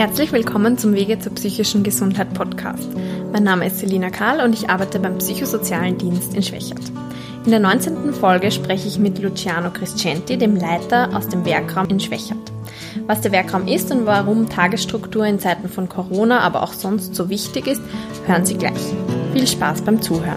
Herzlich willkommen zum Wege zur psychischen Gesundheit Podcast. Mein Name ist Selina Karl und ich arbeite beim Psychosozialen Dienst in Schwechat. In der 19. Folge spreche ich mit Luciano Crescenti, dem Leiter aus dem Werkraum in Schwechat. Was der Werkraum ist und warum Tagesstruktur in Zeiten von Corona, aber auch sonst so wichtig ist, hören Sie gleich. Viel Spaß beim Zuhören.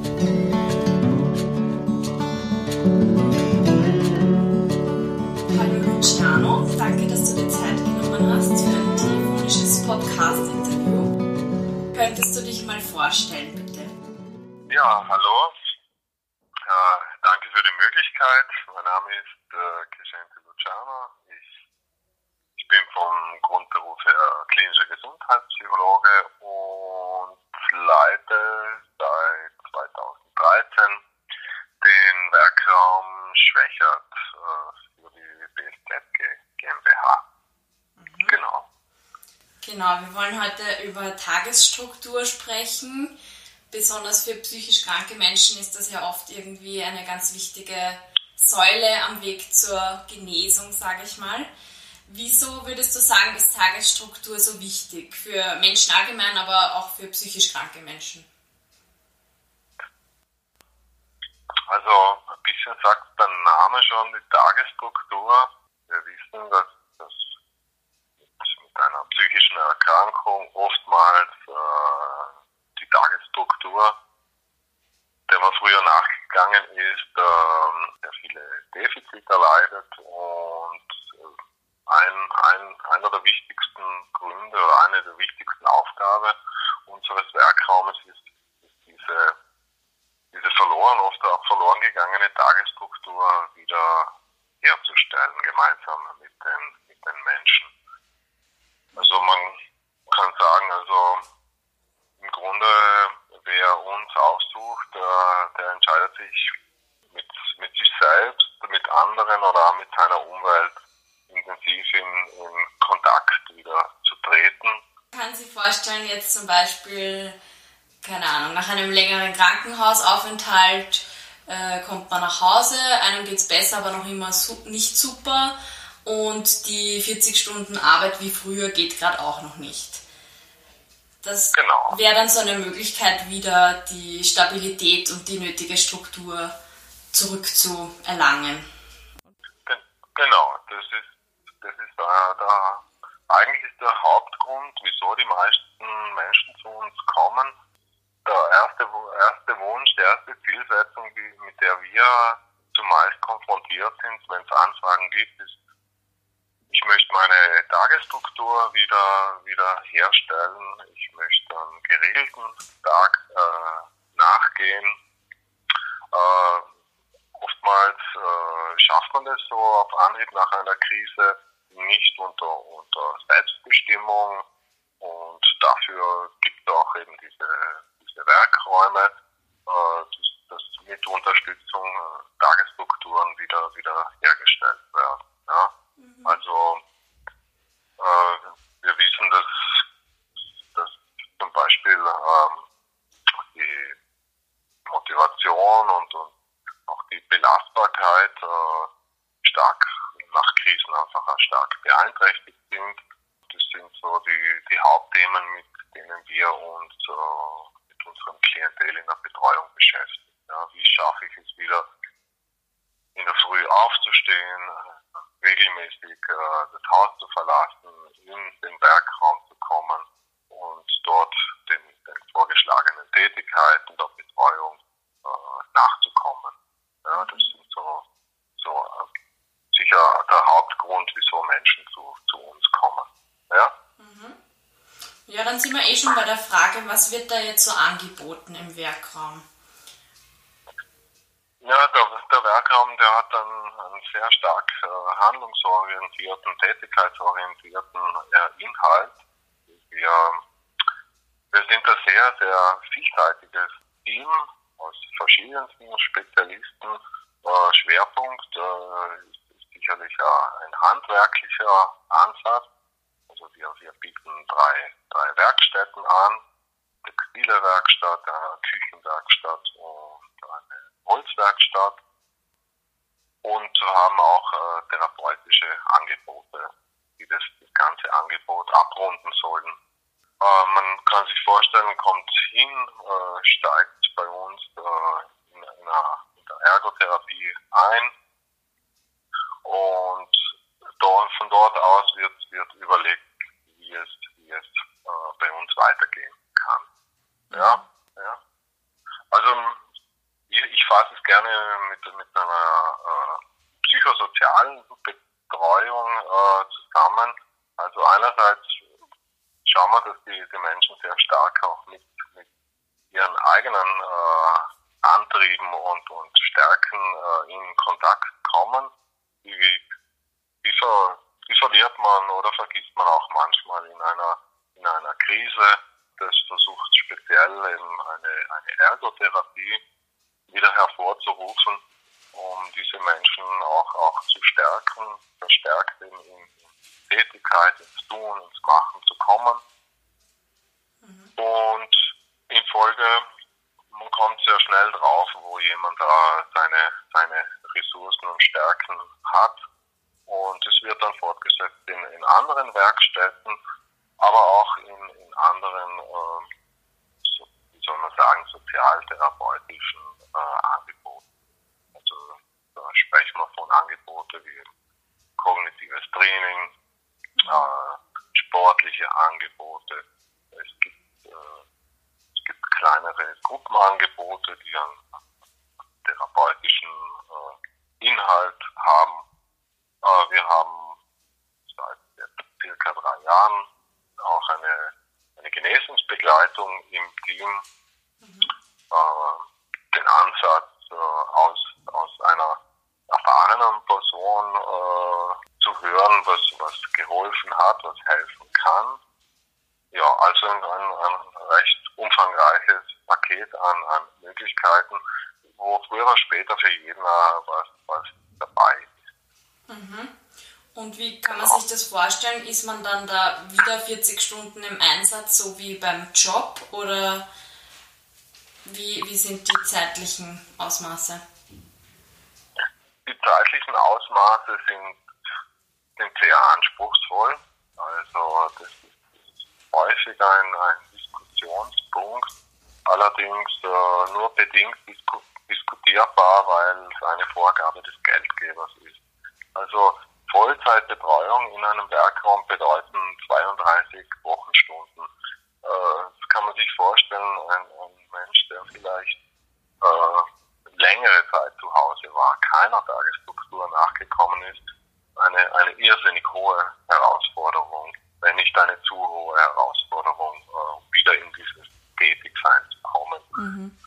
Hallo Luciano, danke, dass du dir Zeit genommen hast für ein telefonisches Podcast-Interview. Könntest du dich mal vorstellen, bitte? Ja, hallo. Danke für die Möglichkeit. Mein Name ist Crescenti Luciano. Ich bin vom Grundberuf her klinischer Gesundheitspsychologe und leite seit 2013 den Werkraum Schwechat für die BSZ GmbH. Genau. Genau, wir wollen heute über Tagesstruktur sprechen. Besonders für psychisch kranke Menschen ist das ja oft irgendwie eine ganz wichtige Säule am Weg zur Genesung, sage ich mal. Wieso würdest du sagen, ist Tagesstruktur so wichtig? Für Menschen allgemein, aber auch für psychisch kranke Menschen? Also ein bisschen sagt der Name schon, die Tagesstruktur. Wir wissen, dass mit einer psychischen Erkrankung oftmals die Tagesstruktur, der man früher nachgegangen ist, sehr viele Defizite erleidet und einer der wichtigsten Gründe oder eine der wichtigsten Aufgaben unseres Werkraumes ist diese oft auch verloren gegangene Tagesstruktur wieder herzustellen, gemeinsam mit den Menschen. Also man kann sagen, also im Grunde, wer uns aufsucht, der entscheidet sich mit sich selbst, mit anderen oder auch mit seiner Umwelt intensiv in Kontakt wieder zu treten. Man kann sich vorstellen, jetzt zum Beispiel, keine Ahnung, nach einem längeren Krankenhausaufenthalt kommt man nach Hause, einem geht es besser, aber noch immer nicht super und die 40 Stunden Arbeit wie früher geht gerade auch noch nicht. Das wäre dann so eine Möglichkeit, wieder die Stabilität und die nötige Struktur zurückzuerlangen. Genau, das ist eigentlich ist der Hauptgrund, wieso die meisten Menschen zu uns kommen. Der erste Wunsch, die erste Zielsetzung, mit der wir zumeist konfrontiert sind, wenn es Anfragen gibt, ist, ich möchte meine Tagesstruktur wieder herstellen. Ich möchte einen geregelten Tag nachgehen. Oftmals schafft man das so auf Anhieb nach einer Krise nicht unter Selbstbestimmung, und dafür gibt es auch eben diese Werkräume, dass mit Unterstützung Tagesstrukturen wieder hergestellt werden. Ja? Also wir wissen, dass zum Beispiel die Motivation und auch die Belastbarkeit stark nach Krisen einfach auch stark beeinträchtigt sind. Das sind so die Hauptthemen, mit denen wir uns mit unserem Klientel in der Betreuung beschäftigen. Ja, wie schaffe ich es wieder, in der Früh aufzustehen, regelmäßig das Haus zu verlassen, in den Werkraum zu kommen und dort den vorgeschlagenen Tätigkeiten der Betreuung nachzukommen. Ja, das sind so sicher der Hauptgrund, wieso Menschen zu uns kommen. Ja? Ja, dann sind wir schon bei der Frage, was wird da jetzt so angeboten im Werkraum? Ja, der Werkraum, der hat einen sehr stark handlungsorientierten, tätigkeitsorientierten Inhalt. Wir sind ein sehr, sehr vielseitiges Team aus verschiedensten Spezialisten. Schwerpunkt ist sicherlich ein handwerklicher Ansatz. Also wir bieten drei Werkstätten an: textile Werkstatt, eine Küchenwerkstatt und eine Holzwerkstatt, und haben auch therapeutische Angebote die das ganze Angebot abrunden sollen. Man kann sich vorstellen, kommt hin, steigt bei uns in der Ergotherapie ein und von dort aus wird überlegt, wie es bei uns weitergehen kann. Ja. Also ich fasse es gerne mit einer psychosozialen Betreuung zusammen. Also einerseits schauen wir, dass die Menschen sehr stark auch mit ihren eigenen Antrieben und Stärken in Kontakt kommen. Die verliert man oder vergisst man auch manchmal in einer Krise. Das versucht speziell eben eine Ergotherapie wieder hervorzurufen, um diese Menschen auch zu stärken, verstärkt in Tätigkeit, ins Tun, ins Machen zu kommen. Und in Folge, man kommt sehr schnell drauf, wo jemand da seine Ressourcen und Stärken hat. Und es wird dann fortgesetzt in anderen Werkstätten, aber auch in anderen, wie soll man sagen, sozialtherapeutischen Angeboten. Also da sprechen wir von Angeboten wie kognitives Training, sportliche Angebote. Es gibt kleinere Gruppenangebote, die einen therapeutischen Inhalt haben. Wir haben seit jetzt circa 3 Jahren auch eine Genesungsbegleitung im Team. Den Ansatz aus einer erfahrenen Person zu hören, was geholfen hat, was helfen kann. Ja, also ein recht umfangreiches Paket an Möglichkeiten, wo früher oder später für jeden was dabei ist. Und wie kann man sich das vorstellen? Ist man dann da wieder 40 Stunden im Einsatz, so wie beim Job, oder wie sind die zeitlichen Ausmaße? Die zeitlichen Ausmaße sind sehr anspruchsvoll. Also das ist häufig ein Diskussionspunkt, allerdings nur bedingt diskutierbar, weil es eine Vorgabe des Geldgebers ist. Also Vollzeitbetreuung in einem Werkraum bedeuten 32 Wochenstunden. Das kann man sich vorstellen, ein Mensch, der vielleicht längere Zeit zu Hause war, keiner Tagesstruktur nachgekommen ist, eine irrsinnig hohe Herausforderung, wenn nicht eine zu hohe Herausforderung, wieder in dieses Tätigsein zu kommen.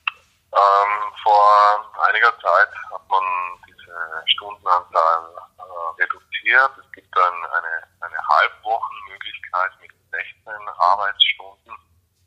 Vor einiger Zeit hat man diese Stundenanzahl reduziert. Es gibt dann eine Halbwochenmöglichkeit mit 16 Arbeitsstunden.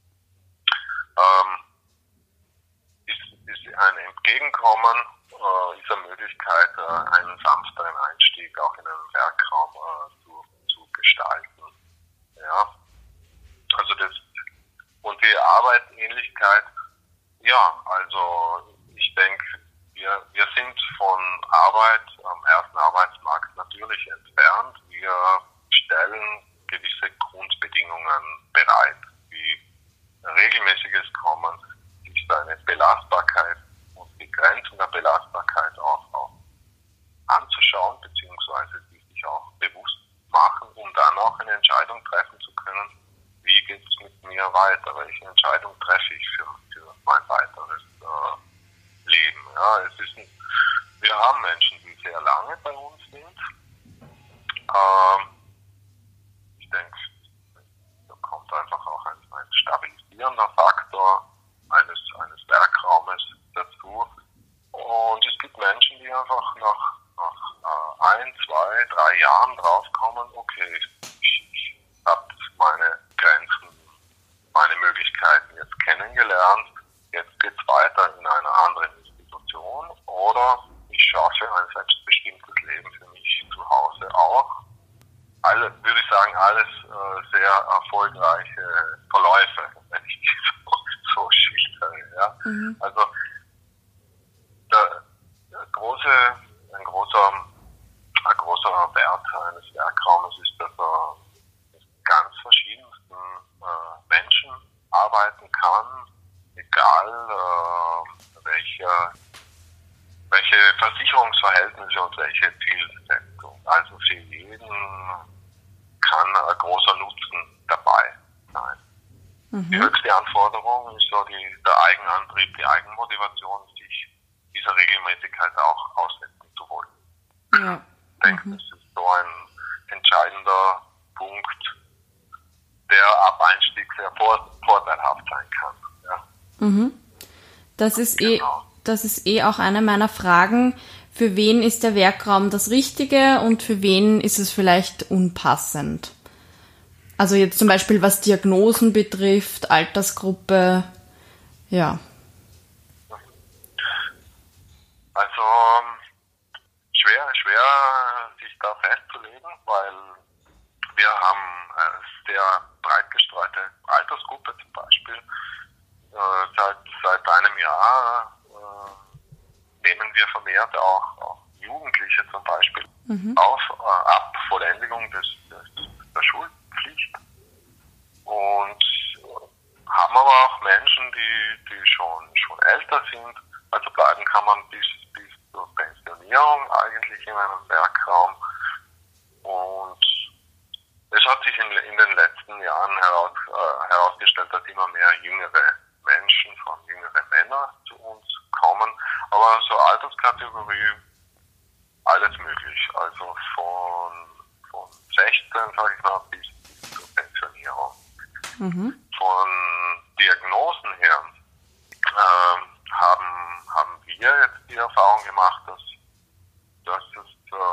Ist ein Entgegenkommen, ist eine Möglichkeit, einen sanfteren Einstieg auch in einen Werkraum zu gestalten. Ja, also und die Arbeitsähnlichkeit, ja, also ich denke, wir sind von Arbeit am ersten Arbeitsmarkt natürlich entfernt. Wir stellen gewisse Grundbedingungen bereit, wie regelmäßiges Kommen, sich seine Belastbarkeit und die Grenzen der Belastbarkeit auch anzuschauen, beziehungsweise die sich auch bewusst machen, um dann auch eine Entscheidung treffen zu können, wie geht es mit mir weiter, welche Entscheidung treffe ich für mein weiteres Leben. Ja, wir haben Menschen, die sehr lange bei uns sind. Ich denke, da kommt einfach auch ein stabilisierender Faktor eines Werkraumes dazu. Und es gibt Menschen, die einfach nach 1, 2, 3 Jahren draufkommen, okay, ich habe meine Grenzen, meine Möglichkeiten jetzt kennengelernt, jetzt geht es weiter in einer anderen Institution oder ich schaffe ein selbstbestimmtes Leben für mich zu Hause auch. Würde ich sagen, alles sehr erfolgreiche Verläufe, wenn ich die so schildere. Ja? Also ein großer Wert eines Werkraumes ist, dass arbeiten kann, egal welche Versicherungsverhältnisse und welche Zielsetzung. Also für jeden kann ein großer Nutzen dabei sein. Die höchste Anforderung ist so der Eigenantrieb, die Eigenmotivation, sich dieser Regelmäßigkeit auch aussetzen zu wollen. Ja. Ich denke, das ist so ein entscheidender Punkt, der ab Einstieg sehr vorteilhaft sein kann. Ja. Das ist auch eine meiner Fragen. Für wen ist der Werkraum das Richtige und für wen ist es vielleicht unpassend? Also jetzt zum Beispiel was Diagnosen betrifft, Altersgruppe, ja. Also schwer sich da festzulegen, weil wir haben eine sehr breit gestreute Altersgruppe zum Beispiel. Seit einem Jahr nehmen wir vermehrt auch Jugendliche zum Beispiel auf, ab Vollendigung der Schulpflicht. Und haben aber auch Menschen, die schon älter sind. Also bleiben kann man bis zur Pensionierung eigentlich in einem Werkraum. Und es hat sich in den letzten Jahren herausgestellt, dass immer mehr jüngere Menschen, vor allem jüngere Männer, zu uns kommen. Aber so Alterskategorie, alles möglich. Also von 16, sage ich mal, bis zur Pensionierung. Von Diagnosen her haben wir jetzt die Erfahrung gemacht, dass es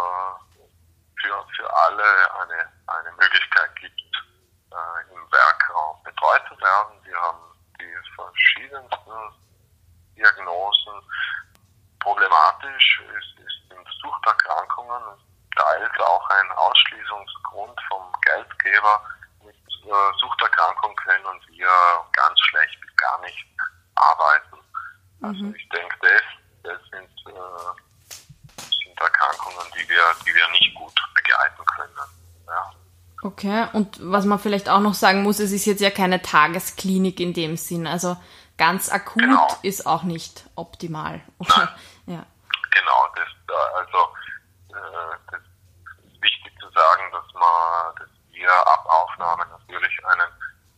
für alle eine Möglichkeit gibt, im Werkraum betreut zu werden. Wir haben die verschiedensten Diagnosen. Problematisch sind Suchterkrankungen, teils auch ein Ausschließungsgrund vom Geldgeber. Mit Suchterkrankung können wir ganz schlecht bis gar nicht arbeiten. Also ich denke, das sind Erkrankungen, die wir nicht gut begleiten können. Ja. Okay, und was man vielleicht auch noch sagen muss, es ist jetzt ja keine Tagesklinik in dem Sinn, also ganz akut ist auch nicht optimal. Oder? Ja. Genau, das ist wichtig zu sagen, dass wir ab Aufnahme natürlich eine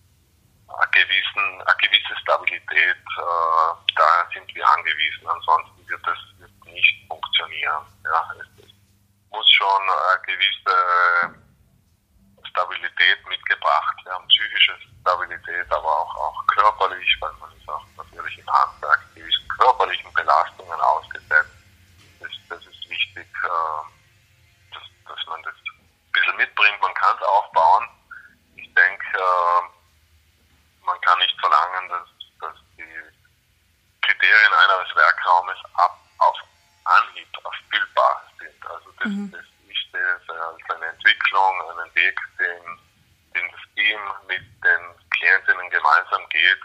gewisse Stabilität, da sind wir angewiesen, ansonsten wird das nicht funktionieren. Ja, es muss schon eine gewisse Stabilität mitgebracht werden, psychische Stabilität, aber auch körperlich, weil man ist auch natürlich im Handwerk gewissen körperlichen Belastungen ausgesetzt. Das ist wichtig, dass man das ein bisschen mitbringt. Man kann es aufbauen. Ich denke, man kann nicht verlangen, dass die Kriterien eines Werkraumes auf Anhieb erfüllbar sind. Also ich sehe es als eine Entwicklung, einen Weg, den das Team mit den Klientinnen gemeinsam geht.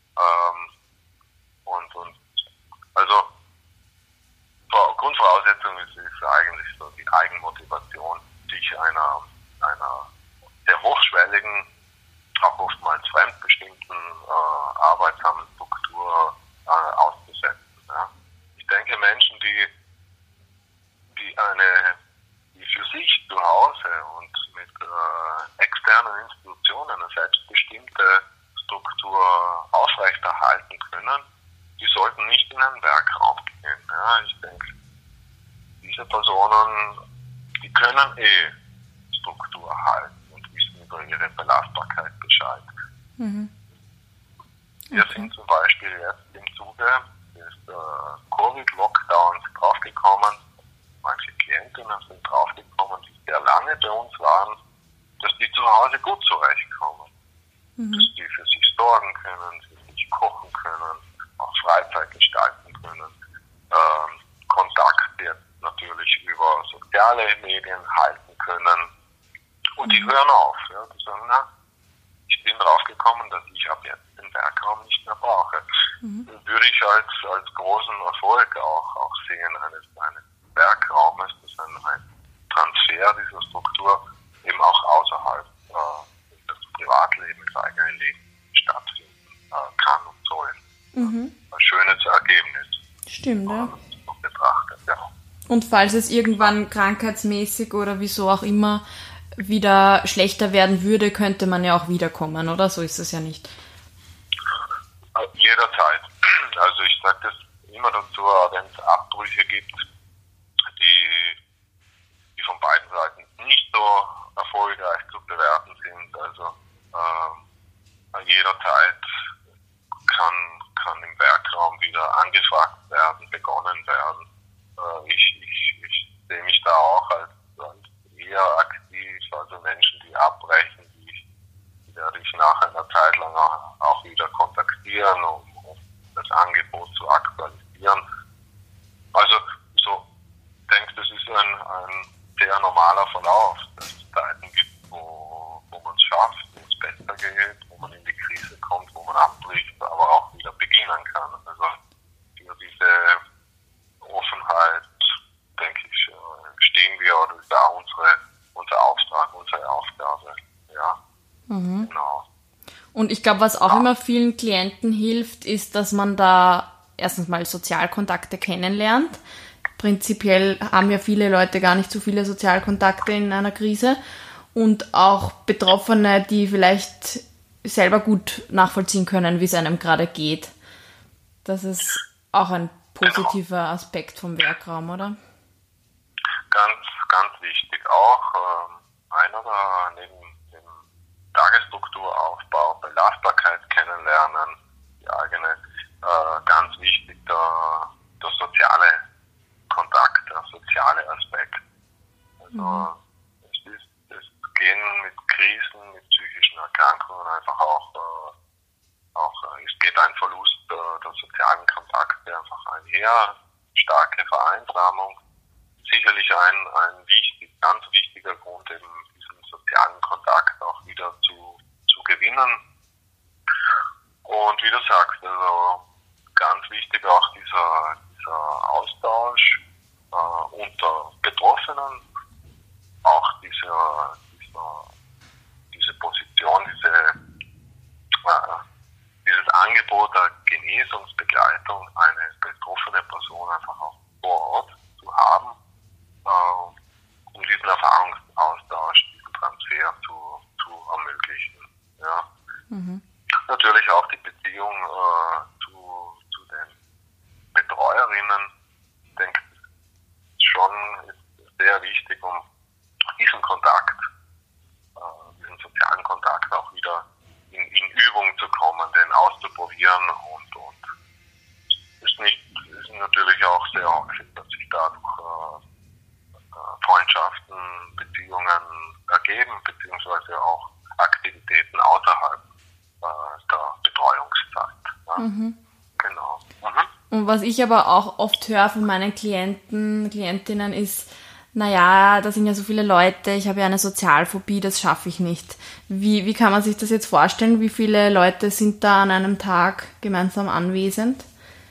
Also Grundvoraussetzung ist eigentlich so die Eigenmotivation, sich einer sehr hochschwelligen, auch oftmals fremdbestimmten arbeitsamen Struktur auszusetzen. Ja. Ich denke, Menschen, die für sich zu Hause und mit externen Institutionen eine selbstbestimmte Struktur aufrechterhalten können, die sollten nicht in einen Werkraum gehen. Ja. Ich denke, diese Personen, die können Struktur halten und wissen über ihre Belastbarkeit Bescheid. Wir sind zum Beispiel jetzt im Zuge des Covid-Lockdowns draufgekommen, manche Klientinnen sind draufgekommen, die sehr lange bei uns waren, dass die zu Hause gut zurechtkommen. Dass die für sich sorgen können, für sich kochen können, auch Freizeit gestalten können, Kontakt jetzt natürlich über soziale Medien halten können. Und die hören auf. Ja, die sagen, ich bin draufgekommen, dass ich ab jetzt den Werkraum nicht mehr brauche. Würde ich als großen Erfolg auch sehen eines Werkraumes, dass ein Transfer dieser Struktur eben auch außerhalb des Privatlebens, des eigenen Lebens stattfindet. ein schönes Ergebnis. Stimmt, ja. Betrachtet, ja. Und falls es irgendwann krankheitsmäßig oder wieso auch immer wieder schlechter werden würde, könnte man ja auch wiederkommen, oder? So ist es ja nicht. Jederzeit. Also ich sage das immer dazu, wenn es Abbrüche gibt, die von beiden Seiten nicht so erfolgreich zu bewerten sind. Also jederzeit kann im Werkraum wieder angefragt werden, begonnen werden. Ich sehe mich da auch als eher aktiv, also Menschen, die abbrechen, die werde ich nach einer Zeit lang auch wieder kontaktieren, um das Angebot zu aktualisieren. Also so, ich denke, das ist ein sehr normaler Verlauf, dass es Zeiten gibt, wo man es schafft, wo es besser geht, wo man in die Krise kommt, wo man abbricht, aber auch wieder beginnen kann. Also für diese Offenheit, denke ich, stehen wir, oder ist da unser Auftrag, unsere Aufgabe. Ja, genau. Und ich glaube, was auch immer vielen Klienten hilft, ist, dass man da erstens mal Sozialkontakte kennenlernt. Prinzipiell haben ja viele Leute gar nicht so viele Sozialkontakte in einer Krise. Und auch Betroffene, die vielleicht selber gut nachvollziehen können, wie es einem gerade geht. Das ist auch ein positiver Aspekt vom Werkraum, oder? Ganz wichtig auch. Einer da neben dem Tagesstrukturaufbau, Belastbarkeit kennenlernen, die eigene, ganz wichtig der soziale Kontakt, der soziale Aspekt. Also es gehen mit Krisen, mit psychischen Erkrankungen einfach auch es geht ein Verlust der sozialen Kontakte einfach einher, starke Vereinsamung. Sicherlich ein ganz wichtiger Grund, eben diesen sozialen Kontakt auch wieder zu gewinnen. Und wie du sagst, also ganz wichtig auch dieser Austausch unter Betroffenen, auch diese Position, dieses Angebot der Genesungsbegleitung, eine betroffene Person einfach auch vor Ort zu haben, um diesen Erfahrungsaustausch, diesen Transfer zu ermöglichen. Ja. Natürlich auch die Beziehung zu den Betreuerinnen, ich denke, ist sehr wichtig, um diesen Kontakt, diesen sozialen Kontakt auch wieder in Übung zu kommen, den auszuprobieren und ist natürlich auch sehr häufig, dass sich dadurch Freundschaften, Beziehungen ergeben, beziehungsweise auch Aktivitäten außerhalb der Betreuungszeit. Ja. Genau. Und was ich aber auch oft höre von meinen Klientinnen ist, naja, da sind ja so viele Leute, ich habe ja eine Sozialphobie, das schaffe ich nicht. Wie kann man sich das jetzt vorstellen? Wie viele Leute sind da an einem Tag gemeinsam anwesend?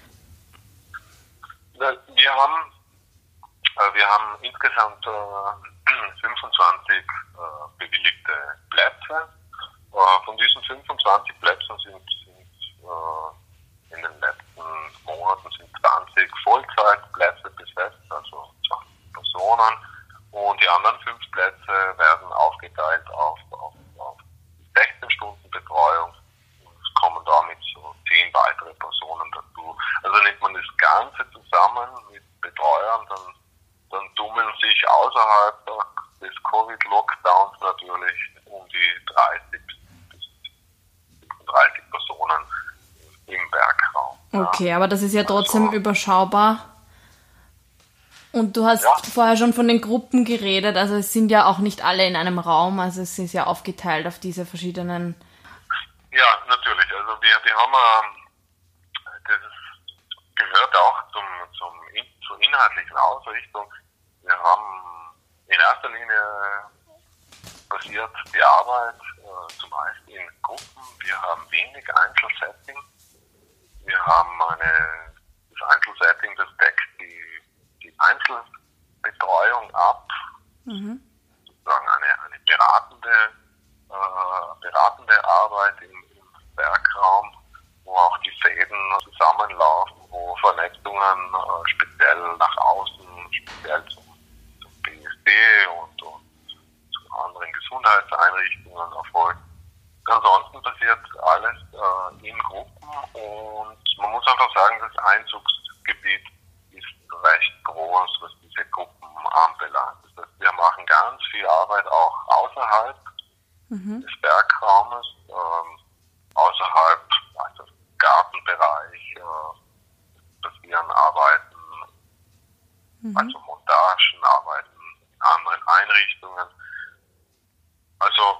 Wir haben insgesamt 25 bewilligte Plätze. Von diesen 25 Plätzen sind in den letzten Monaten 20 Vollzeitplätze besetzt, also 20 Personen. Und die anderen 5 Plätze werden aufgeteilt auf 16 Stunden Betreuung. Es kommen damit so 10 weitere Personen dazu. Also nimmt man das Ganze zusammen mit Betreuern, dann tummeln sich außerhalb des Covid-Lockdowns natürlich um die 30 bis 35 Personen im Werkraum. Okay, ja. Aber das ist ja trotzdem überschaubar. Und du hast vorher schon von den Gruppen geredet, also es sind ja auch nicht alle in einem Raum, also es ist ja aufgeteilt auf diese verschiedenen... Ja, natürlich. Also wir haben, das gehört auch zur inhaltlichen Ausrichtung. Wir haben in erster Linie passiert die Arbeit zumeist in Gruppen. Wir haben wenig Einzelsetting. Wir haben das Einzelsetting, das deckt die Einzelbetreuung ab, sozusagen eine beratende Arbeit im Werkraum, wo auch die Fäden Unternehmen, speziell nach außen, speziell zum BSD und zu anderen Gesundheitseinrichtungen erfolgt. Ansonsten passiert alles in Gruppen und man muss einfach sagen, das Einzugsgebiet ist recht groß, was diese Gruppen anbelangt. Das heißt, wir machen ganz viel Arbeit auch außerhalb des Werkraumes, außerhalb, also Gartenbereich, passieren Arbeiten, also Montagen, Arbeiten in anderen Einrichtungen. Also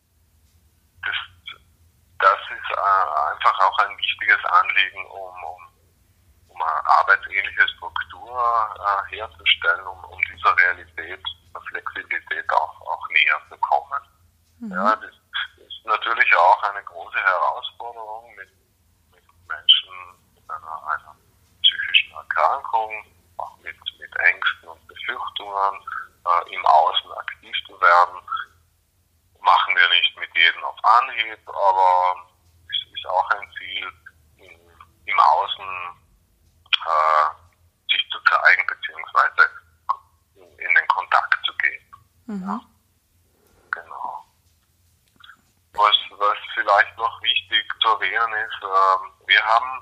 das ist einfach auch ein wichtiges Anliegen, um eine arbeitsähnliche Struktur herzustellen, um dieser Realität, der Flexibilität auch näher zu kommen. Ja, das ist natürlich auch eine große Herausforderung mit Menschen mit einer psychischen Erkrankung, auch mit Ängsten und Befürchtungen, im Außen aktiv zu werden. Machen wir nicht mit jedem auf Anhieb, aber es ist auch ein Ziel, im Außen sich zu zeigen, beziehungsweise in den Kontakt zu gehen. Ja, genau. Was vielleicht noch wichtig zu erwähnen ist, wir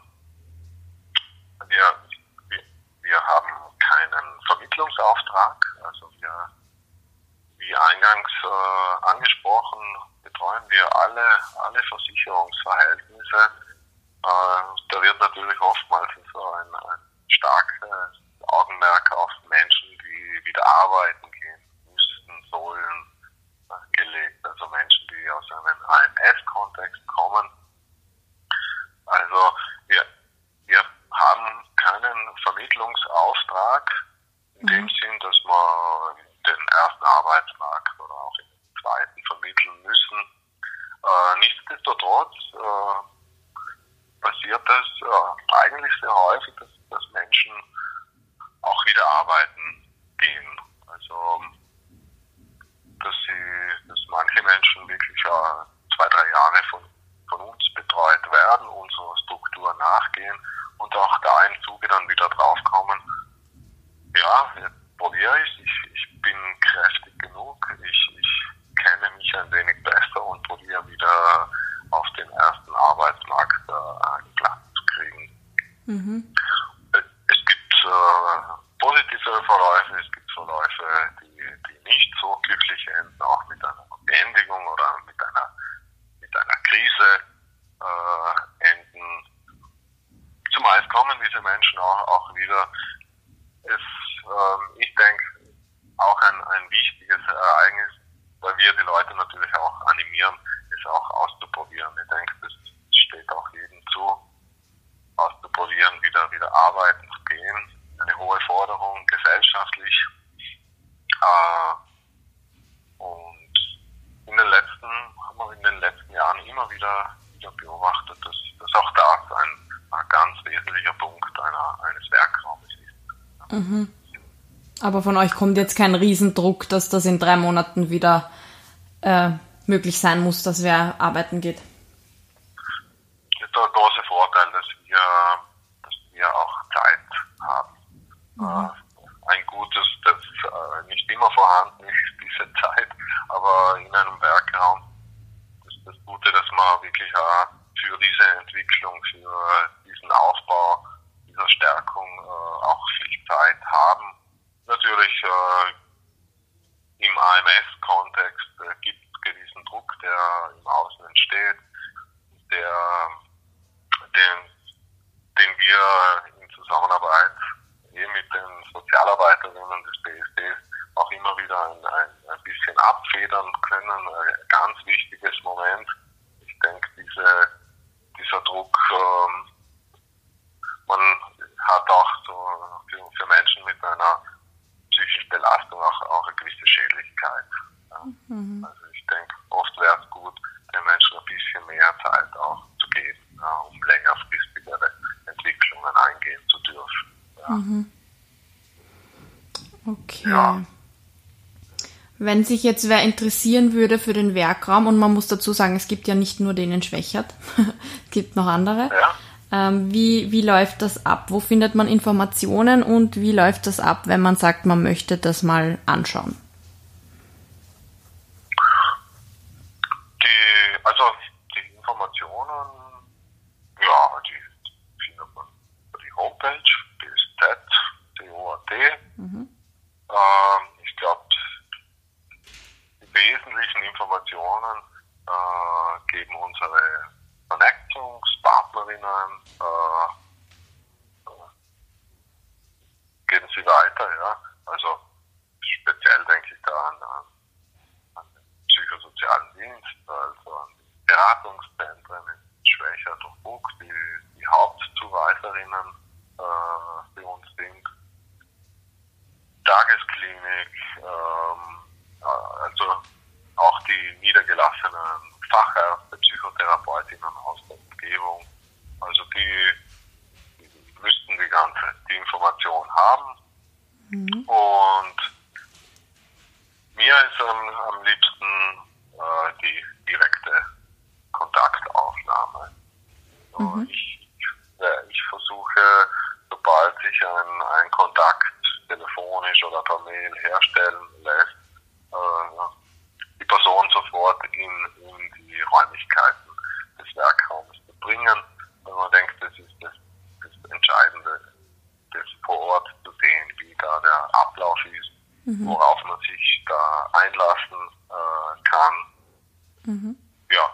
haben keinen Vermittlungsauftrag, also wie eingangs angesprochen, betreuen wir alle Versicherungsverhältnisse. Da wird natürlich oftmals so ein starkes Augenmerk auf Menschen, die wieder arbeiten gehen müssten, sollen, gelegt. Also Menschen, die aus einem AMS-Kontext kommen. Also wir haben keinen Vermittlungsauftrag in dem Sinn, dass wir den ersten Arbeitsmarkt oder auch in den zweiten vermitteln müssen. Nichtsdestotrotz passiert das eigentlich sehr häufig, dass Menschen auch wieder arbeiten gehen. Also dass manche Menschen wirklich 2-3 Jahre von uns betreut werden, unserer Struktur nachgehen und auch da im Zuge dann wieder draufkommen, ja, jetzt probiere ich bin kräftig genug, ich kenne mich ein wenig besser und probiere wieder auf den ersten Arbeitsmarkt einen Platz zu kriegen. Es gibt positive Verläufe, es gibt Verläufe, die nicht so glücklich enden, auch mit einer Beendigung oder mit einer Krise enden. Zumeist kommen diese Menschen auch wieder. Ich denke, auch ein wichtiges Ereignis, weil wir die Leute natürlich auch animieren, ist auch auszuprobieren. Ich denke, das steht auch jedem zu, auszuprobieren, wieder arbeiten zu gehen. Eine hohe Forderung gesellschaftlich. Und haben wir in den letzten Jahren immer wieder beobachtet, dass auch das ein ganz wesentlicher Punkt eines Werkraumes ist. Aber von euch kommt jetzt kein Riesendruck, dass das in 3 Monaten wieder möglich sein muss, dass wer arbeiten geht? Das ist der große Vorteil, dass wir auch Zeit haben. Ein Gutes, das nicht immer vorhanden ist, diese Zeit, aber in einem Werkraum ist das Gute, dass man wirklich für diese Entwicklung, für diesen Aufbau, dieser Stärkung auch viel Zeit haben. Natürlich im AMS-Kontext gibt es gewissen Druck, der im Außen entsteht, den wir in Zusammenarbeit mit den Sozialarbeiterinnen des BSDs auch immer wieder ein bisschen abfedern können. Ein ganz wichtiges Moment. Ich denke, dieser Druck, man hat auch so für Menschen mit einer psychischen Belastung auch eine gewisse Schädlichkeit. Ja. Also ich denke, oft wäre es gut, den Menschen ein bisschen mehr Zeit auch zu geben, um längerfristigere Entwicklungen eingehen zu dürfen. Ja. Okay. Ja. Wenn sich jetzt wer interessieren würde für den Werkraum, und man muss dazu sagen, es gibt ja nicht nur den in Schwechat, es gibt noch andere. Wie läuft das ab? Wo findet man Informationen und wie läuft das ab, wenn man sagt, man möchte das mal anschauen? Die Informationen, ja, die findet man über die Homepage, bsz.co.at. Ich glaube, die wesentlichen Informationen geben unsere Vernetzungspartnerinnen, geben sie weiter, ja. Also speziell denke ich da an den psychosozialen Dienst, also an die Beratungszentren in Schwächert und Bruck, die Hauptzuweiserinnen für uns sind. Tagesklinik, also auch die niedergelassenen Fachärzte, Psychotherapeutinnen aus der Umgebung, also die müssten die Information haben. Und mir ist am liebsten die direkte Kontaktaufnahme. Ich versuche, sobald sich ein Kontakt telefonisch oder per Mail herstellen lässt, die Person sofort in die Räumlichkeiten des Werkraumes zu bringen. Wenn man denkt, das ist das Entscheidende, das vor Ort zu sehen, wie da der Ablauf ist, worauf man sich da einlassen kann. Ja,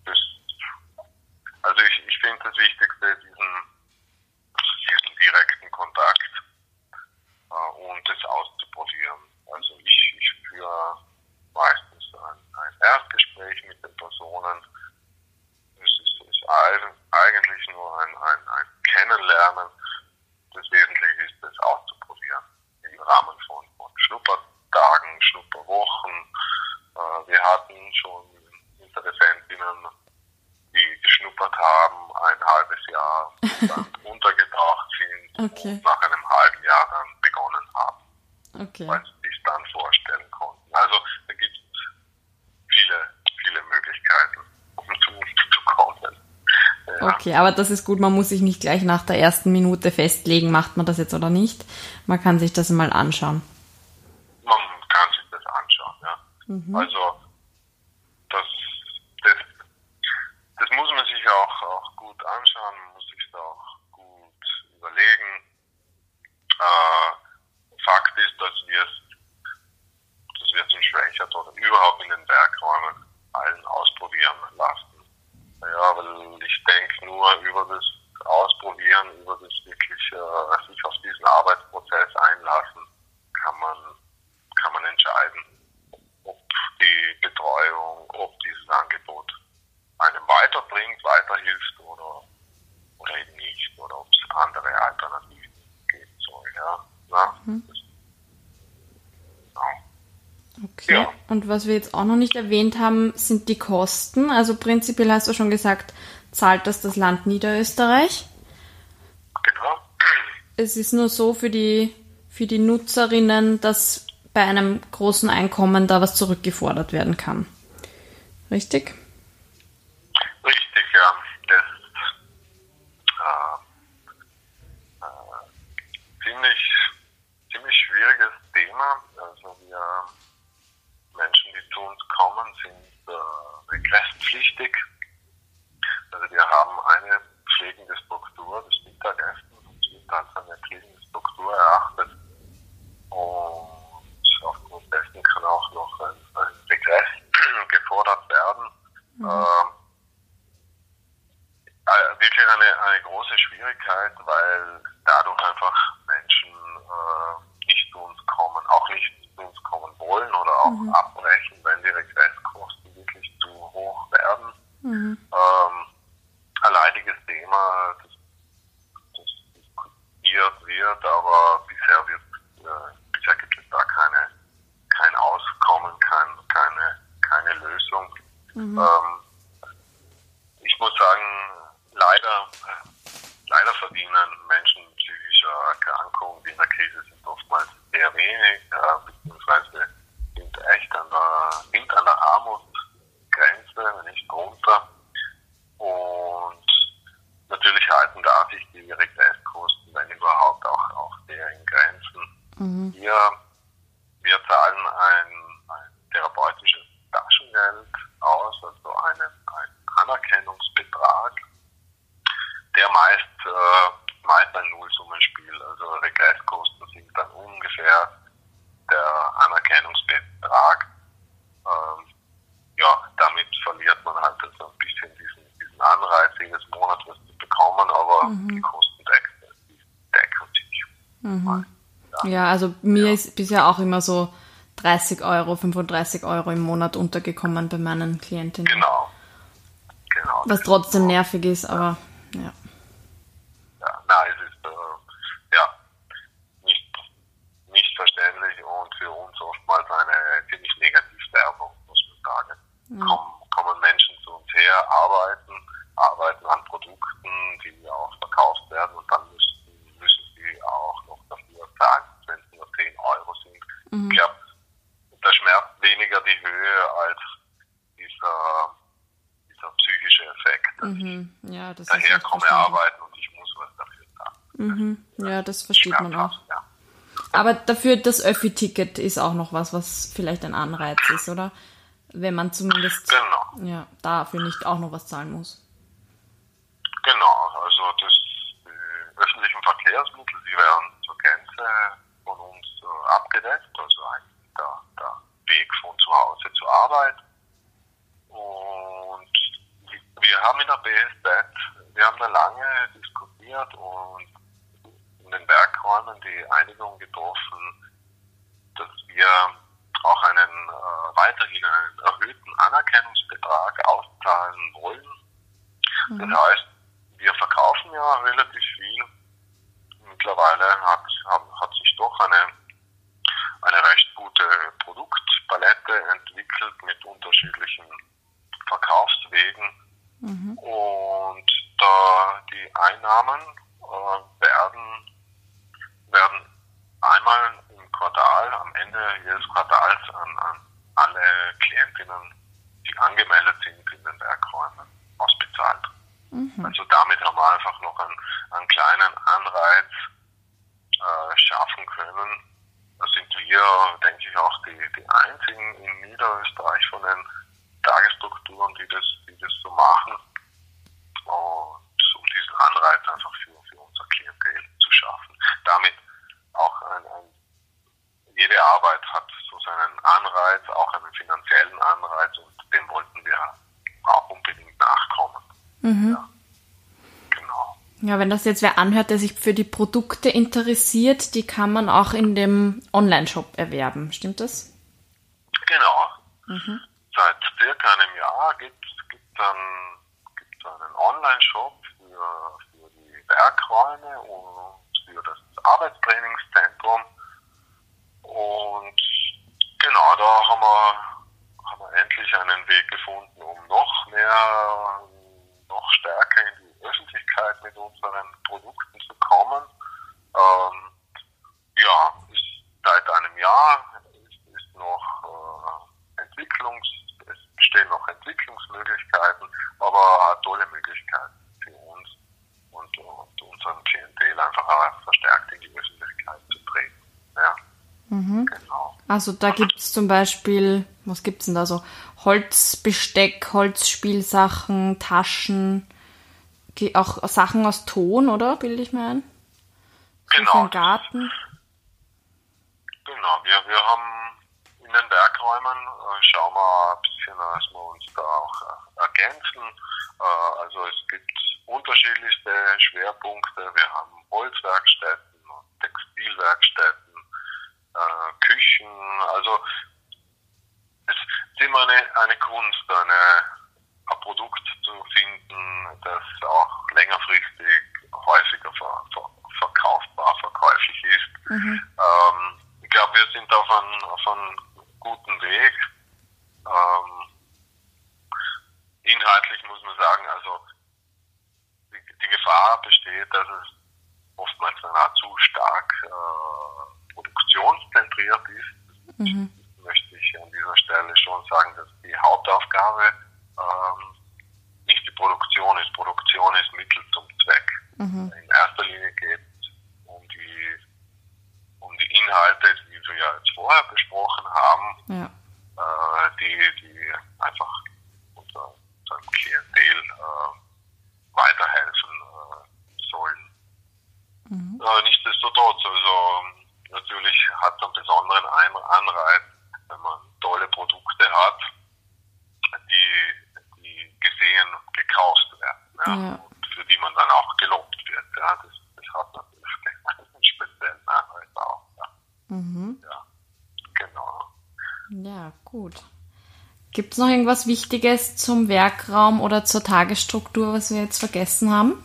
also ich finde das Wichtigste, diesen direkten Kontakt und das auszuprobieren. Also ich führe meistens ein Erstgespräch mit den Personen. Es ist eigentlich nur ein Kennenlernen. Das Wesentliche ist, das auszuprobieren. Im Rahmen von Schnuppertagen, Schnupperwochen. Wir hatten schon Interessentinnen, die geschnuppert haben, ein halbes Jahr dann untergetaucht sind und nach einem halben Jahr dann begonnen haben, weil sie sich dann vorstellen konnten. Also da gibt es viele Möglichkeiten, um zu uns zu kommen. Ja. Okay, aber das ist gut, man muss sich nicht gleich nach der ersten Minute festlegen, macht man das jetzt oder nicht. Man kann sich das mal anschauen. Man kann sich das anschauen, ja. Also das muss man sich auch gut anschauen, man muss sich da auch gut überlegen. Fakt ist, dass wir es in Schwächert oder überhaupt in den Werkräumen allen ausprobieren lassen. Ja, weil ich denke, nur über das Ausprobieren, über das wirklich sich auf diesen Arbeitsprozess einlassen, kann man entscheiden, ob die Betreuung, ob dieses Angebot einem weiterbringt, weiterhilft oder eben nicht, oder ob es andere Alternativen geben soll. Ja. Okay, ja. Und was wir jetzt auch noch nicht erwähnt haben, sind die Kosten. Also prinzipiell hast du schon gesagt, zahlt das Land Niederösterreich? Genau. Es ist nur so für die Nutzerinnen, dass bei einem großen Einkommen da was zurückgefordert werden kann. Richtig? Richtig, ja. Das ist ziemlich schwieriges Thema. Also wir Menschen, die zu uns kommen, sind regresspflichtig. Also wir haben eine pflegende Struktur, das Mittagessen, das wird als eine pflegende Struktur erachtet. Und aufgrund dessen kann auch noch ein Regress gefordert werden. Wirklich eine große Schwierigkeit, weil dadurch einfach Menschen nicht zu uns kommen, auch nicht zu uns kommen wollen oder auch abbrechen, wenn die Regresskosten wirklich zu hoch werden. Leidiges Thema, das diskutiert wird, aber bisher gibt es da kein Auskommen, keine Lösung. Ich muss sagen, leider verdienen Menschen mit psychischer Erkrankung, die in der Krise sind, oftmals sehr wenig, beziehungsweise sind echt an der Armutsgrenze, wenn nicht drunter. Und natürlich halten da sich die Regresskosten, wenn überhaupt, auch sehr in Grenzen. Wir zahlen ein therapeutisches Taschengeld aus, also einen Anerkennungsbetrag, der meist ein Nullsummenspiel, also Regresskosten sind dann ungefähr der Anerkennungsbetrag. Damit verliert man halt so ein bisschen diesen Anreiz, jedes Monat was zu bekommen, aber die Kosten decken sich. Ja, also mir ist bisher auch immer so 30 Euro, 35 Euro im Monat untergekommen bei meinen Klientinnen. Genau. Was trotzdem nervig ist, aber ja. Nein, es ist nicht verständlich und für uns oftmals eine ziemlich Negativwerbung, muss man sagen. Kommen Menschen zu uns her, arbeiten an Produkten, die auch verkauft werden und dann müssen sie auch noch dafür zahlen, wenn es nur 10 Euro sind. Ich glaube, da schmerzt weniger die Höhe als dieser psychische Effekt. Ja, das daher ist komme arbeiten und ich muss was dafür zahlen. Ja, das versteht man auch. Ja. Aber dafür das Öffi-Ticket ist auch noch was vielleicht ein Anreiz ist, oder? Wenn man zumindest dafür nicht auch noch was zahlen muss. Genau, also die öffentlichen Verkehrsmittel, die werden zur Gänze von uns abgedeckt, also eigentlich der Weg von zu Hause zur Arbeit. Und wir haben in der BSZ, da lange diskutiert und in den Werkräumen die Einigung getroffen, dass wir auch weiterhin einen erhöhten Anerkennungsbetrag auszahlen wollen. Das heißt, wir verkaufen ja relativ viel. Mittlerweile hat sich doch eine recht gute Produktpalette entwickelt mit unterschiedlichen Verkaufswegen. Und die Einnahmen werden einmal im Quartal, am Ende jedes Quartals an alle Klientinnen, die angemeldet sind in den Werkräumen, ausbezahlt. Also damit haben wir einfach noch einen kleinen Anreiz schaffen können. Da sind wir, denke ich, auch die einzigen in Niederösterreich von den Tagesstrukturen, die das so machen. Und um diesen Anreiz einfach für unser Klientel zu schaffen. Damit auch jede Arbeit hat so seinen Anreiz, auch einen finanziellen Anreiz, und dem wollten wir auch unbedingt nachkommen. Ja, genau. Ja, wenn das jetzt wer anhört, der sich für die Produkte interessiert, die kann man auch in dem Online-Shop erwerben, stimmt das? Genau. Seit circa einem Jahr gibt es einen Online-Shop für die Werkräume und für das Arbeitstrainingszentrum. Und genau, da haben wir endlich einen Weg gefunden, um noch stärker in die Öffentlichkeit mit unseren Produkten zu kommen. Ist seit einem Jahr ist noch es bestehen noch Entwicklungsmöglichkeiten, aber eine tolle Möglichkeit für uns und unseren Klientel einfach verstärkt in die Öffentlichkeit zu treten. Ja. Genau. Also da gibt es zum Beispiel, was gibt es denn da so? Holzbesteck, Holzspielsachen, Taschen, auch Sachen aus Ton, oder? Bilde ich mir ein? So Genau. für den Garten. Genau, wir haben in den Werkräumen, schauen wir ein bisschen, dass wir uns da auch ergänzen. Also es gibt unterschiedlichste Schwerpunkte. Wir haben Holzwerkstätten, Textilwerkstätten, Küchen. Also es ist immer eine Kunst, ein Produkt zu finden, das auch längerfristig häufiger verkäuflich ist. Ich glaube, wir sind auf einem guten Weg. Inhaltlich muss man sagen, also die Gefahr besteht, dass es oftmals zu stark produktionszentriert ist. Das möchte ich an dieser Stelle schon sagen, dass die Hauptaufgabe nicht die Produktion ist. Produktion ist Mittel zum Zweck. In Aber nichtsdestotrotz, also natürlich hat es einen besonderen Anreiz, wenn man tolle Produkte hat, die gesehen und gekauft werden, ja, und für die man dann auch gelobt wird. Ja, das hat natürlich einen speziellen Anreiz auch. Ja. Ja, genau. Ja, gut. Gibt es noch irgendwas Wichtiges zum Werkraum oder zur Tagesstruktur, was wir jetzt vergessen haben?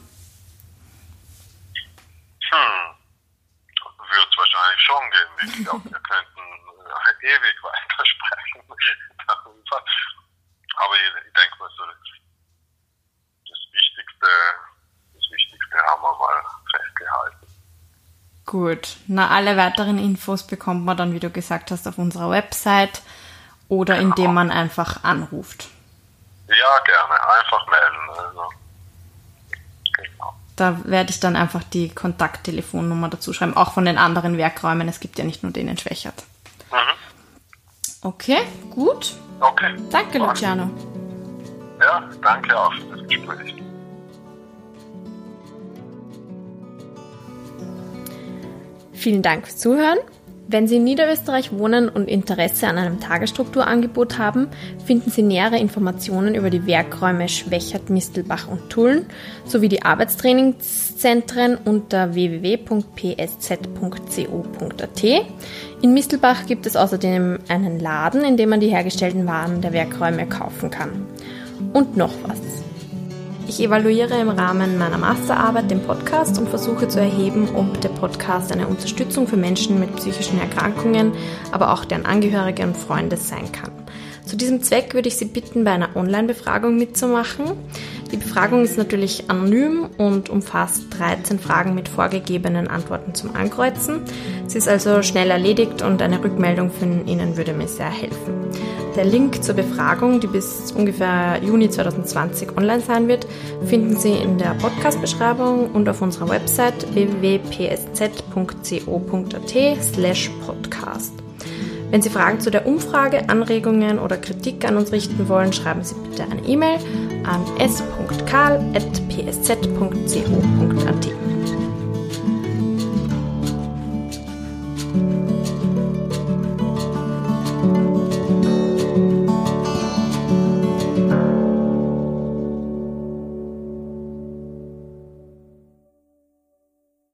Wird es wahrscheinlich schon geben. Ich glaube, wir könnten ewig weitersprechen darüber. Aber ich denke mal, so das Wichtigste haben wir mal festgehalten. Gut. Na, alle weiteren Infos bekommt man dann, wie du gesagt hast, auf unserer Website oder indem man einfach anruft. Ja, gerne. Einfach melden. Also, genau. Da werde ich dann einfach die Kontakttelefonnummer dazu schreiben, auch von den anderen Werkräumen. Es gibt ja nicht nur den in Schwechat. Okay, gut. Okay. Danke, Luciano. Ja, danke auch für das Gespräch. Vielen Dank fürs Zuhören. Wenn Sie in Niederösterreich wohnen und Interesse an einem Tagesstrukturangebot haben, finden Sie nähere Informationen über die Werkräume Schwechat, Mistelbach und Tulln sowie die Arbeitstrainingszentren unter www.psz.co.at. In Mistelbach gibt es außerdem einen Laden, in dem man die hergestellten Waren der Werkräume kaufen kann. Und noch was. Ich evaluiere im Rahmen meiner Masterarbeit den Podcast und versuche zu erheben, ob der Podcast eine Unterstützung für Menschen mit psychischen Erkrankungen, aber auch deren Angehörige und Freunde sein kann. Zu diesem Zweck würde ich Sie bitten, bei einer Online-Befragung mitzumachen. Die Befragung ist natürlich anonym und umfasst 13 Fragen mit vorgegebenen Antworten zum Ankreuzen. Sie ist also schnell erledigt und eine Rückmeldung von Ihnen würde mir sehr helfen. Der Link zur Befragung, die bis ungefähr Juni 2020 online sein wird, finden Sie in der Podcast-Beschreibung und auf unserer Website www.psz.co.at/podcast. Wenn Sie Fragen zu der Umfrage, Anregungen oder Kritik an uns richten wollen, schreiben Sie bitte eine E-Mail an s.karl@psz.co.at.